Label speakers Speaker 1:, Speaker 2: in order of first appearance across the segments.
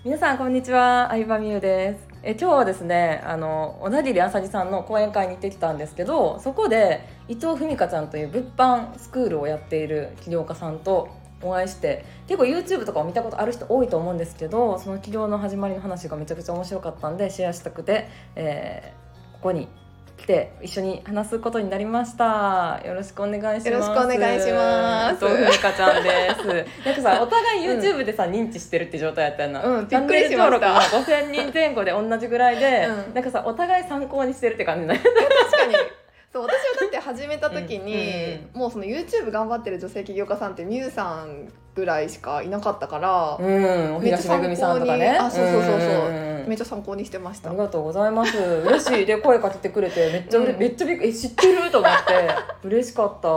Speaker 1: 皆さんこんにちは、相葉美優です。今日はですね、小田切あさりさんの講演会に行ってきたんですけど、そこで伊藤文香ちゃんという物販スクールをやっている起業家さんとお会いして、結構 YouTube とかを見たことある人多いと思うんですけど、その起業の始まりの話がめちゃくちゃ面白かったんでシェアしたくて、ここに来て一緒に話すことになりました。よろしくお願いします。
Speaker 2: よろしくお願いします。
Speaker 1: 伊藤文香ちゃんです。なんかさ、お互い YouTube でさ、認知してるって状態やったよな。
Speaker 2: びっくりしました。
Speaker 1: チャンネル登録も5000人前後で同じぐらいで、なんかさ、お互い参考にしてるって感じだよね。
Speaker 2: 確かに。そう、私はだって始めた時に、もうその YouTube 頑張ってる女性起業家さんってミュウさんぐらいしかいなかったから、
Speaker 1: お東めぐみさんとかね。
Speaker 2: そう、めっちゃ参考にしてました。
Speaker 1: ありがとうございます。嬉しい。で、声かけてくれてめっちゃめっちゃびっくり、知ってると思って嬉しかった。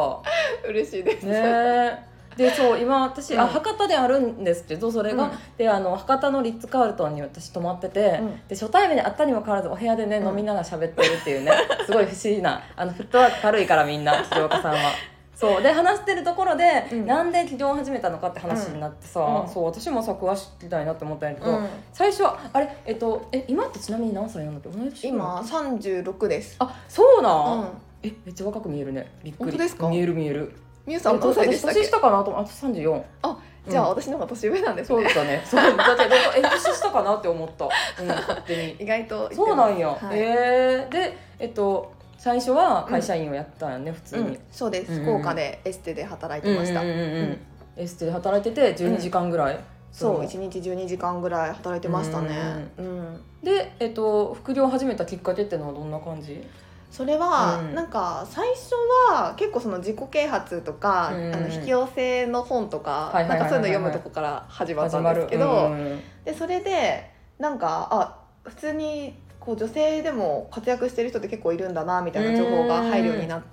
Speaker 2: 嬉しいです
Speaker 1: ね。で、そう、今私、博多であるんですけど、それが、で、博多のリッツ・カールトンに私泊まってて、で、初対面で会ったにもかかわらずお部屋でね、飲みながら喋ってるっていうね、すごい不思議な、フットワーク軽いからみんな、起業家さんは。そうで、話してるところで、なんで起業を始めたのかって話になってさ、そう、私もさ、詳しきたいなって思ったんやけど、最初はあれ、今ってちなみに何歳なんだっけ？同じ？
Speaker 2: 今36です。
Speaker 1: あ、そうなん？めっちゃ若く見えるね。びっくり。
Speaker 2: 本当ですか？
Speaker 1: 見える。
Speaker 2: みゆさん何歳でしたっけ？
Speaker 1: 年下かなと思って。あと34。
Speaker 2: あ、じゃあ私の方が年上なんですね。
Speaker 1: そうだね。そうだけど、年下かなって思った。勝手に。
Speaker 2: 意外と。
Speaker 1: そうなんや。で、最初は会社員をやったんよね、普通に。
Speaker 2: そうです。福岡でエステで働いてました。
Speaker 1: エステで働いてて12時間ぐらい。
Speaker 2: そう、1日12時間ぐらい働いてましたね。
Speaker 1: で、副業を始めたきっかけってのはどんな感じ？
Speaker 2: それは、なんか最初は結構その自己啓発とか、引き寄せの本とか、なんかそういうの読むとこから始まったんですけど、でそれでなんか普通にこう女性でも活躍してる人って結構いるんだなみたいな情報が入るようになって、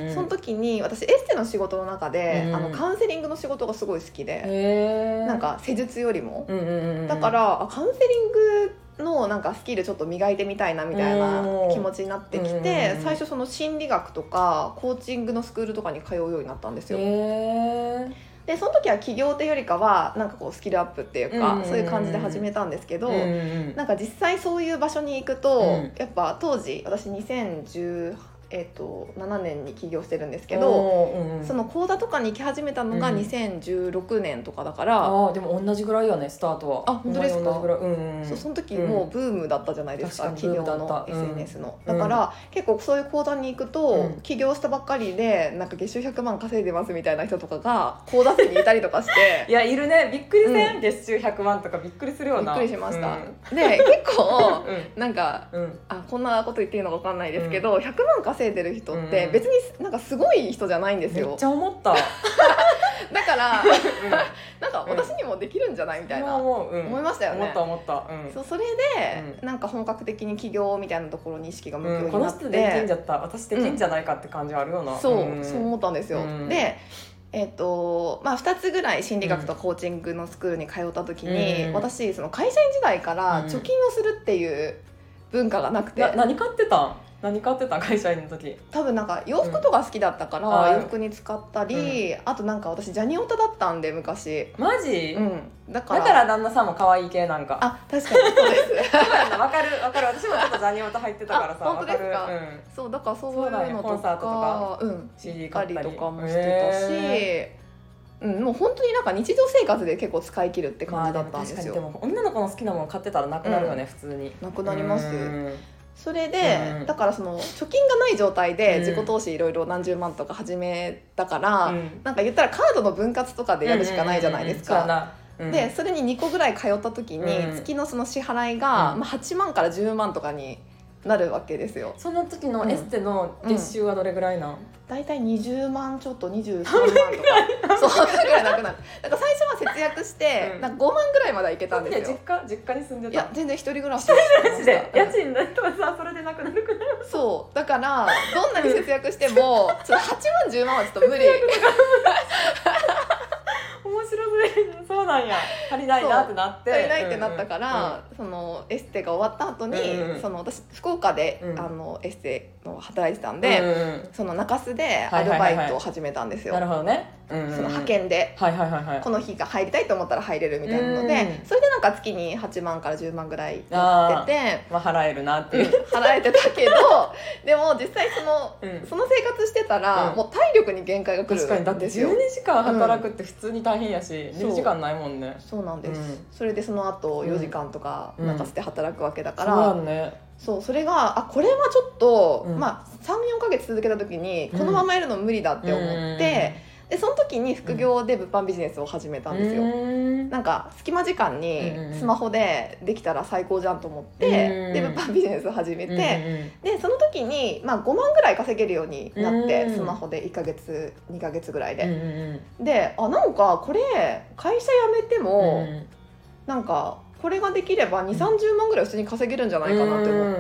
Speaker 2: その時に私エステの仕事の中で、カウンセリングの仕事がすごい好きで、なんか施術よりも、だからカウンセリングのなんかスキルちょっと磨いてみたいなみたいな気持ちになってきて、最初その心理学とかコーチングのスクールとかに通うようになったんですよ。でその時は起業っていうよりかはなんかこうスキルアップっていうか、そういう感じで始めたんですけど、なんか実際そういう場所に行くと、やっぱ当時私2017年に起業してるんですけど、その講座とかに行き始めたのが2016年とかだから、
Speaker 1: でも同じぐらいよね、スタートは。
Speaker 2: あ、本当ですか？
Speaker 1: そう、
Speaker 2: その時もうブームだったじゃないですか、起業の SNS の。だから結構そういう講座に行くと、起業したばっかりでなんか月収100万稼いでますみたいな人とかが講座生にいたりとかして
Speaker 1: いや、いるね。びっくりせん？月収100万とかびっくりするよな。
Speaker 2: びっくりしました。で結構なんかこんなこと言っていいのか分かんないですけど、100万稼いでる人って別になんかすごい人じゃないんですよ。
Speaker 1: めっちゃ思った
Speaker 2: だからなんか私にもできるんじゃないみたいな思いましたよね。
Speaker 1: 思った、
Speaker 2: それでなんか本格的に起業みたいなところに意識が向くようになって、
Speaker 1: この人できんじゃった、私できんじゃないかって感じあるよな。
Speaker 2: そう思ったんですよ。で2つぐらい心理学とコーチングのスクールに通った時に、私その会社員時代から貯金をするっていう文化がなくて。
Speaker 1: 何買ってたん会社員の時？
Speaker 2: 多分なんか洋服とか好きだったから、洋服に使ったり、あとなんか私ジャニオタだったんで昔。
Speaker 1: マジ？
Speaker 2: だから
Speaker 1: 旦那さんも可愛い系なんか。
Speaker 2: あ、確かにそうです
Speaker 1: わかる。私もちょっとジャニオタ入ってたからさ。
Speaker 2: 本当ですか？そう、だからそういうのとか
Speaker 1: CD
Speaker 2: 買ったりとかもしてたし、もう本当になんか日常生活で結構使い切るって感じだったんですよ。
Speaker 1: でも女の子の好きなもの買ってたらなくなるよね、普通に。
Speaker 2: なくなります。それで、だからその貯金がない状態で自己投資いろいろ何十万とか始めたから、なんか言ったらカードの分割とかでやるしかないじゃないですか。でそれに2個ぐらい通った時に、月のその支払いが、8万から10万とかになるわけですよ。
Speaker 1: その時のエステの月収はどれぐらいなん？
Speaker 2: だいたい20万ちょっと23万とかそうぐらいなくなる。だから最初は節約して、なんか5万ぐらいまではいけたんですよ。
Speaker 1: 実家に住んでた？
Speaker 2: いや全然一人暮らし
Speaker 1: で家賃だとさ、それでなくなるくない？
Speaker 2: そうだからどんなに節約しても8万10万はちょっと無理
Speaker 1: 面白い。そうそうなんや、足りないなってなって、
Speaker 2: 足りないってなったから、そのエステが終わった後に、その私福岡で、エステの働いてたんで、その中洲でアルバイトを始めたんですよ。
Speaker 1: なるほどね。
Speaker 2: その派遣で、この日が入りたいと思ったら入れるみたいなので、それでなんか月に8万から10万ぐらいやってて、
Speaker 1: 払えるなっていう、
Speaker 2: 払えてたけどでも実際その生活してたら、もう体力に限界が来るんですよ。
Speaker 1: 確かに、だって12時間働くって普通に大変やし、寝る時間ないもんね。
Speaker 2: そうなんです、それでその後4時間とか中捨て働くわけだから、
Speaker 1: そうなんね。
Speaker 2: それがこれはちょっと、まあ 3,4 ヶ月続けた時にこのままいるの無理だって思って、でその時に副業で物販ビジネスを始めたんですよ。なんか隙間時間にスマホでできたら最高じゃんと思って、で物販ビジネスを始めて、でその時に、まあ、5万ぐらい稼げるようになって、スマホで1ヶ月2ヶ月ぐらいで、でなんかこれ会社辞めても、なんかこれができれば 2,30 万ぐらい普通に稼げるんじゃないかなって思って、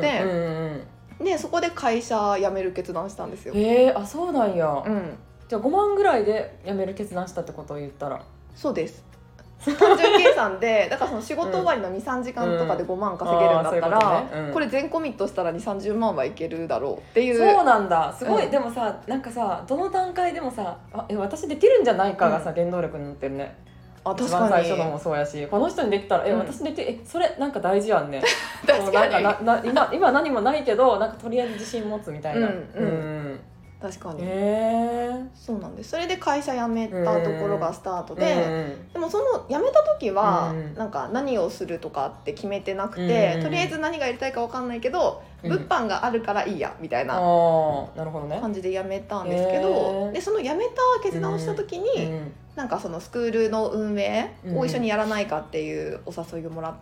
Speaker 2: でそこで会社辞める決断したんですよ。
Speaker 1: あ、そうなんや。じゃあ5万ぐらいで辞める決断したってことを言ったら。
Speaker 2: そうです。単純計算でだからその仕事終わりの 2,3 時間とかで5万稼げるんだったら、これ全コミットしたら 2,30 万はいけるだろうっていう。
Speaker 1: そうなんだ、すごい。でもさ、なんかさ、どの段階でもさ、私できるんじゃないかがさ、原動力になってるね。
Speaker 2: 確かに
Speaker 1: 一番最初のもそうやし、この人にできたら私できて、それなんか大事やんね。
Speaker 2: 確か
Speaker 1: に今何もないけど、なんかとりあえず自信持つみたいな。
Speaker 2: 確かに、そうなんです。それで会社辞めたところがスタートで、でもその辞めた時は、なんか何をするとかって決めてなくて、とりあえず何がやりたいか分かんないけど、物販があるからいいやみたいな感じで辞めたんですけど、でその辞めた決断をした時に、なんかそのスクールの運営を一緒にやらないかっていうお誘いをもらって、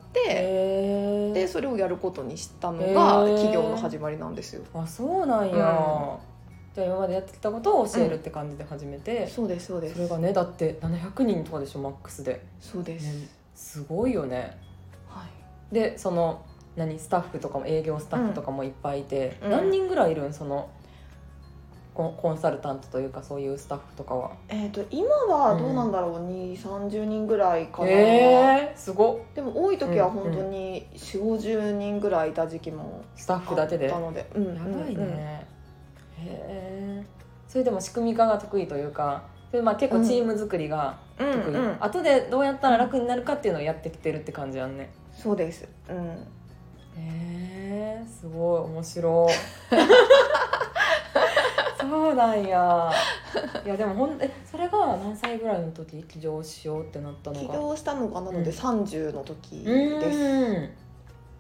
Speaker 2: でそれをやることにしたのが企業の始まりなんですよ。
Speaker 1: あ、そうなんや。じゃあ今までやってきたことを教えるって感じで始めて、
Speaker 2: そうですそうです。
Speaker 1: それがね、だって700人とかでしょ、マックスで。
Speaker 2: そうです、
Speaker 1: すごいよね。でそのスタッフとかも、営業スタッフとかもいっぱいいて、何人ぐらいいるん、そのコンサルタントというかそういうスタッフとかは。
Speaker 2: 今はどうなんだろう、20-30人ぐらいかな。
Speaker 1: すごっ。
Speaker 2: でも多い時は本当に40-50人ぐらいいた時期も
Speaker 1: スタッフだけで。
Speaker 2: あったので、
Speaker 1: やばいね。それでも仕組み化が得意というか、それ結構チーム作りが得意、後でどうやったら楽になるかっていうのをやってきてるって感じやんね。
Speaker 2: そうです。
Speaker 1: すごい面白い。そうなんや。いやでもそれが何歳ぐらいの時起業しようってなったのが。
Speaker 2: 起業したのがなので30の時です。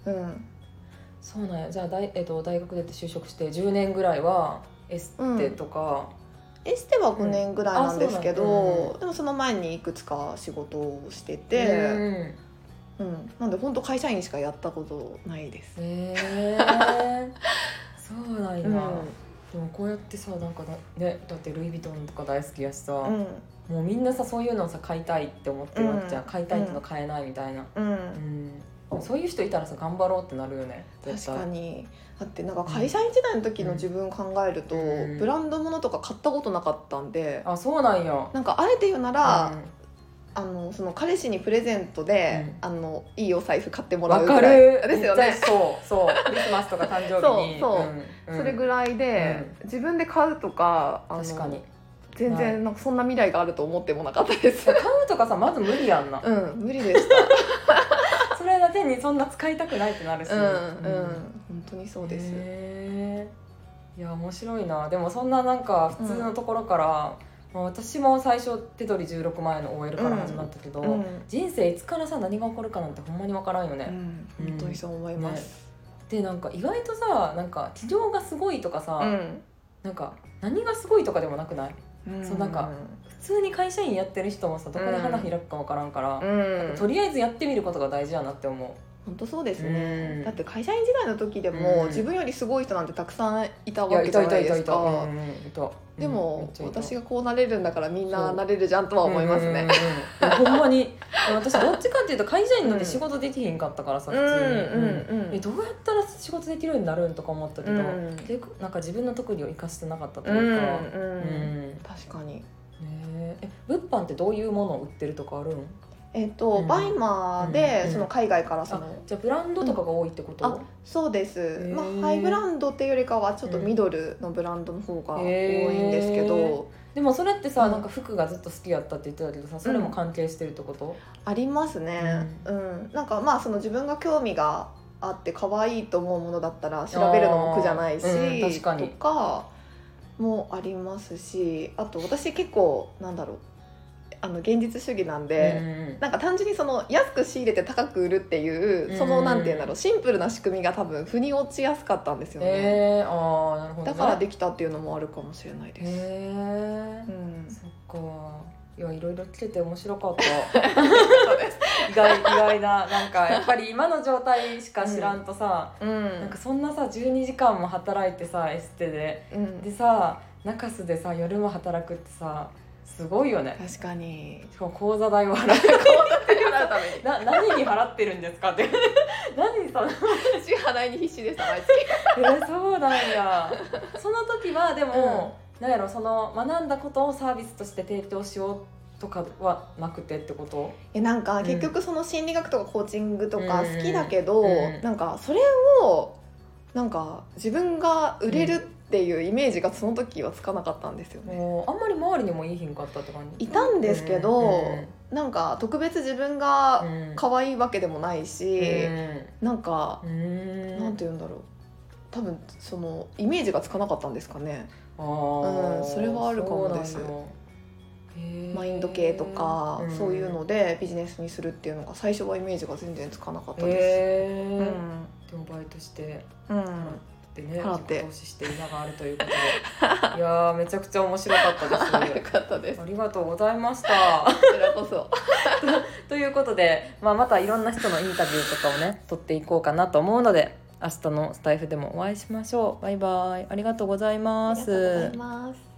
Speaker 1: そうなんや。じゃあ大学出て就職して10年ぐらいはエステとか、
Speaker 2: エステは5年ぐらいなんですけど、でもその前にいくつか仕事をしてて、なんで本当会社員しかやったことないです。
Speaker 1: そうなんや。でもこうやってさ、なんかね、だってルイ・ヴィトンとか大好きやしさ、もうみんなさ、そういうのをさ買いたいって思ってるわけじゃん。買いたいけど買えないみたいな。そういう人いたらさ、頑張ろうってなるよね。
Speaker 2: 確かに。だってなんか会社員時代の時の自分考えると、ブランド物とか買ったことなかったんで。
Speaker 1: あ、そうなんや。
Speaker 2: なんかあえて言うなら、その彼氏にプレゼントで、いいお財布買ってもらうぐらいですよね。
Speaker 1: そうクリスマスとか誕生日に
Speaker 2: それぐらいで、自分で買うとか、
Speaker 1: 確かに
Speaker 2: 全然なんかそんな未来があると思ってもなかったです。
Speaker 1: 買うとかさ、まず無理やんな。
Speaker 2: 無理でした。
Speaker 1: それだけにそんな使いたくないってなるし。
Speaker 2: 本当にそうです。
Speaker 1: いや面白いな。でもそんななんか普通のところから、私も最初手取り16万円の OL から始まったけど、人生いつからさ何が起こるかなんてほんまに分からんよね。
Speaker 2: 本当にそう思います。
Speaker 1: でなんか意外とさ、なんか起業がすごいとかさ、なんか何がすごいとかでもなくない？そうなんか普通に会社員やってる人もさ、どこで花開くか分からんから、なんかとりあえずやってみることが大事やなって思う。
Speaker 2: 本当そうですね。だって会社員時代の時でも、自分よりすごい人なんてたくさんいたわけじゃないですか。でも私がこうなれるんだからみんななれるじゃんとは思いますね。
Speaker 1: ほんまに私どっちかっていうと会社員なんて仕事できへんかったからさ、普通にどうやったら仕事できるようになるんとか思ったけど、なんか自分の特技を生かしてなかったというか。
Speaker 2: 確かに。
Speaker 1: 物販ってどういうものを売ってるとかあるん？
Speaker 2: バイマーでその海外からその、
Speaker 1: じゃあブランドとかが多いってこと？
Speaker 2: そうです、ハイブランドっていうよりかはちょっとミドルのブランドの方が多いんですけど、
Speaker 1: でもそれってさ、なんか服がずっと好きやったって言ってたけどさ、それも関係してるってこと？
Speaker 2: ありますね、なんかまあその自分が興味があって可愛いと思うものだったら調べるのも苦じゃないし、
Speaker 1: 確かに
Speaker 2: とかもありますし、あと私結構なんだろう、現実主義なんで、なんか単純にその安く仕入れて高く売るっていうそのなんていうんだろう、シンプルな仕組みが多分腑に落ちやすかったんですよね。
Speaker 1: なるほどね。
Speaker 2: だからできたっていうのもあるかもしれないです。
Speaker 1: そっか。いや、いろいろ聞けて面白かった意外な、なんかやっぱり今の状態しか知らんとさ、なんかそんなさ12時間も働いてさエステで、でさ中洲でさ夜も働くってさすごいよね。
Speaker 2: 確かに。
Speaker 1: しかも講座代を払う何に払ってるんですかって何その
Speaker 2: 支払いに必死でした毎月
Speaker 1: そうなんや。その時はでも、なんやろ、その学んだことをサービスとして提供しようとかはなくてってこと？
Speaker 2: なんか結局その心理学とかコーチングとか好きだけど、なんかそれをなんか自分が売れるっていうイメージがその時はつかなかったんですよね。
Speaker 1: あんまり周りにもいいひんかったって感じ？
Speaker 2: いたんですけど、なんか特別自分が可愛いわけでもないし、なんかなんて言うんだろう、多分そのイメージがつかなかったんですかね。それはあるかもです。マインド系とか、そういうのでビジネスにするっていうのが最初はイメージが全然つかなかったです。
Speaker 1: でもバイトして
Speaker 2: 払
Speaker 1: って投資して今があるということでいやーめちゃくちゃ面白かったです
Speaker 2: よかったです。
Speaker 1: ありがとうございました
Speaker 2: こちらこそ
Speaker 1: ということで、またいろんな人のインタビューとかをね撮っていこうかなと思うので、明日のスタイフでもお会いしましょう。バイバイ。ありがとうございます。
Speaker 2: ありがとうございます。